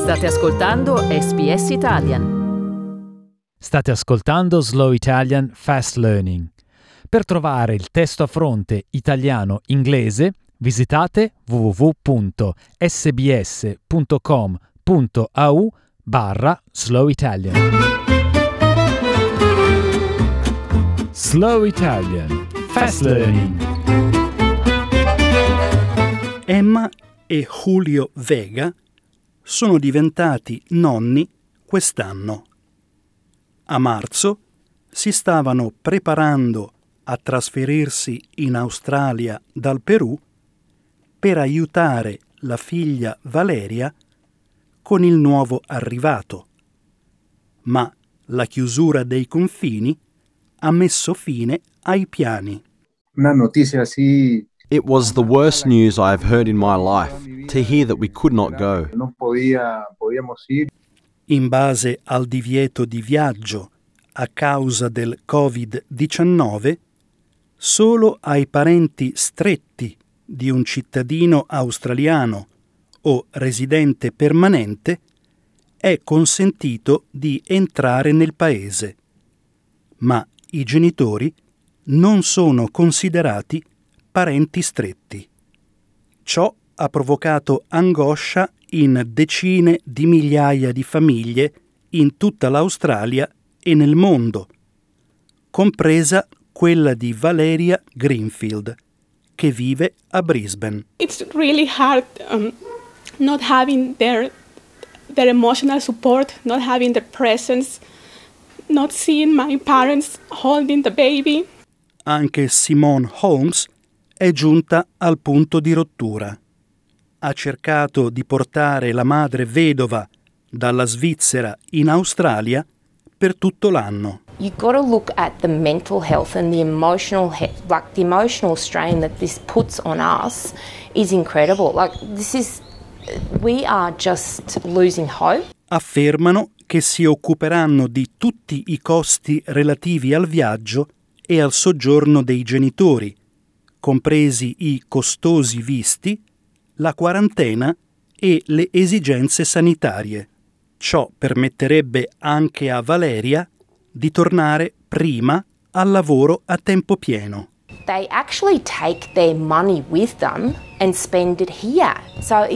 State ascoltando SBS Italian. State ascoltando Slow Italian Fast Learning. Per trovare il testo a fronte italiano-inglese, visitate www.sbs.com.au/Slow Italian. Slow Italian Fast Learning. Emma e Julio Vega sono diventati nonni quest'anno. A marzo si stavano preparando a trasferirsi in Australia dal Perù per aiutare la figlia Valeria con il nuovo arrivato. Ma la chiusura dei confini ha messo fine ai piani. Una notizia así. It was the worst news I have heard in my life, to hear that we could not go. No podíamos ir. In base al divieto di viaggio a causa del Covid-19, solo ai parenti stretti di un cittadino australiano o residente permanente è consentito di entrare nel paese, ma i genitori non sono considerati parenti stretti. Ciò ha provocato angoscia in decine di migliaia di famiglie in tutta l'Australia e nel mondo, compresa quella di Valeria Greenfield, che vive a Brisbane. It's really hard not having their emotional support, not having their presence, not seeing my parents holding the baby. Anche Simone Holmes è giunta al punto di rottura. Ha cercato di portare la madre vedova dalla Svizzera in Australia per tutto l'anno. You've got to look at the mental health and the emotional the emotional strain that this puts on us is incredible. We are just losing hope. Affermano che si occuperanno di tutti i costi relativi al viaggio e al soggiorno dei genitori, compresi i costosi visti, la quarantena e le esigenze sanitarie. Ciò permetterebbe anche a Valeria di tornare prima al lavoro a tempo pieno. They actually take their money with them and spend it here. So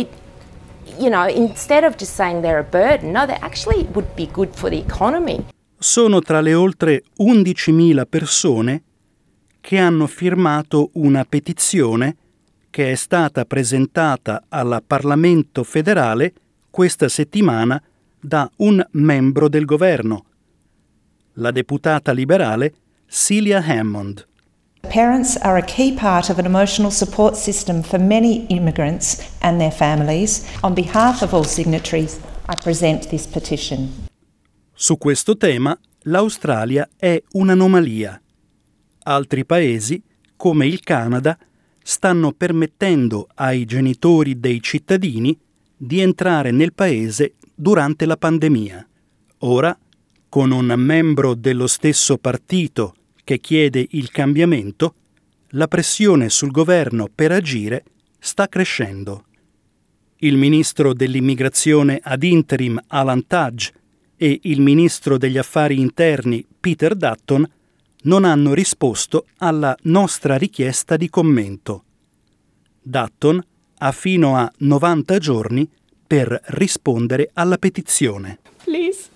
instead of just saying they're a burden, no, they actually would be good for the economy. Sono tra le oltre 11.000 persone che hanno firmato una petizione che è stata presentata al Parlamento federale questa settimana da un membro del governo, la deputata liberale Celia Hammond. Parents are a key part of an emotional support system for many immigrants and their families. On behalf of all signatories, I present this petition. Su questo tema, l'Australia è un'anomalia. Altri paesi, come il Canada, stanno permettendo ai genitori dei cittadini di entrare nel paese durante la pandemia. Ora, con un membro dello stesso partito che chiede il cambiamento, la pressione sul governo per agire sta crescendo. Il ministro dell'immigrazione ad interim Alan Tudge e il ministro degli affari interni Peter Dutton non hanno risposto alla nostra richiesta di commento. Dutton ha fino a 90 giorni per rispondere alla petizione. Please,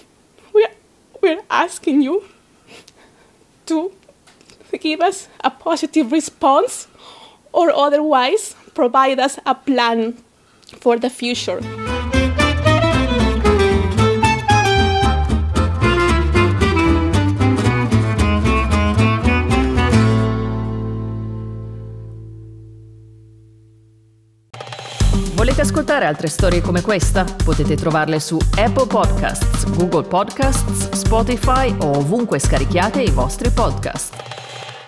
we're asking you to give us a positive response or otherwise provide us a plan for the future. Volete ascoltare altre storie come questa? Potete trovarle su Apple Podcasts, Google Podcasts, Spotify o ovunque scarichiate i vostri podcast.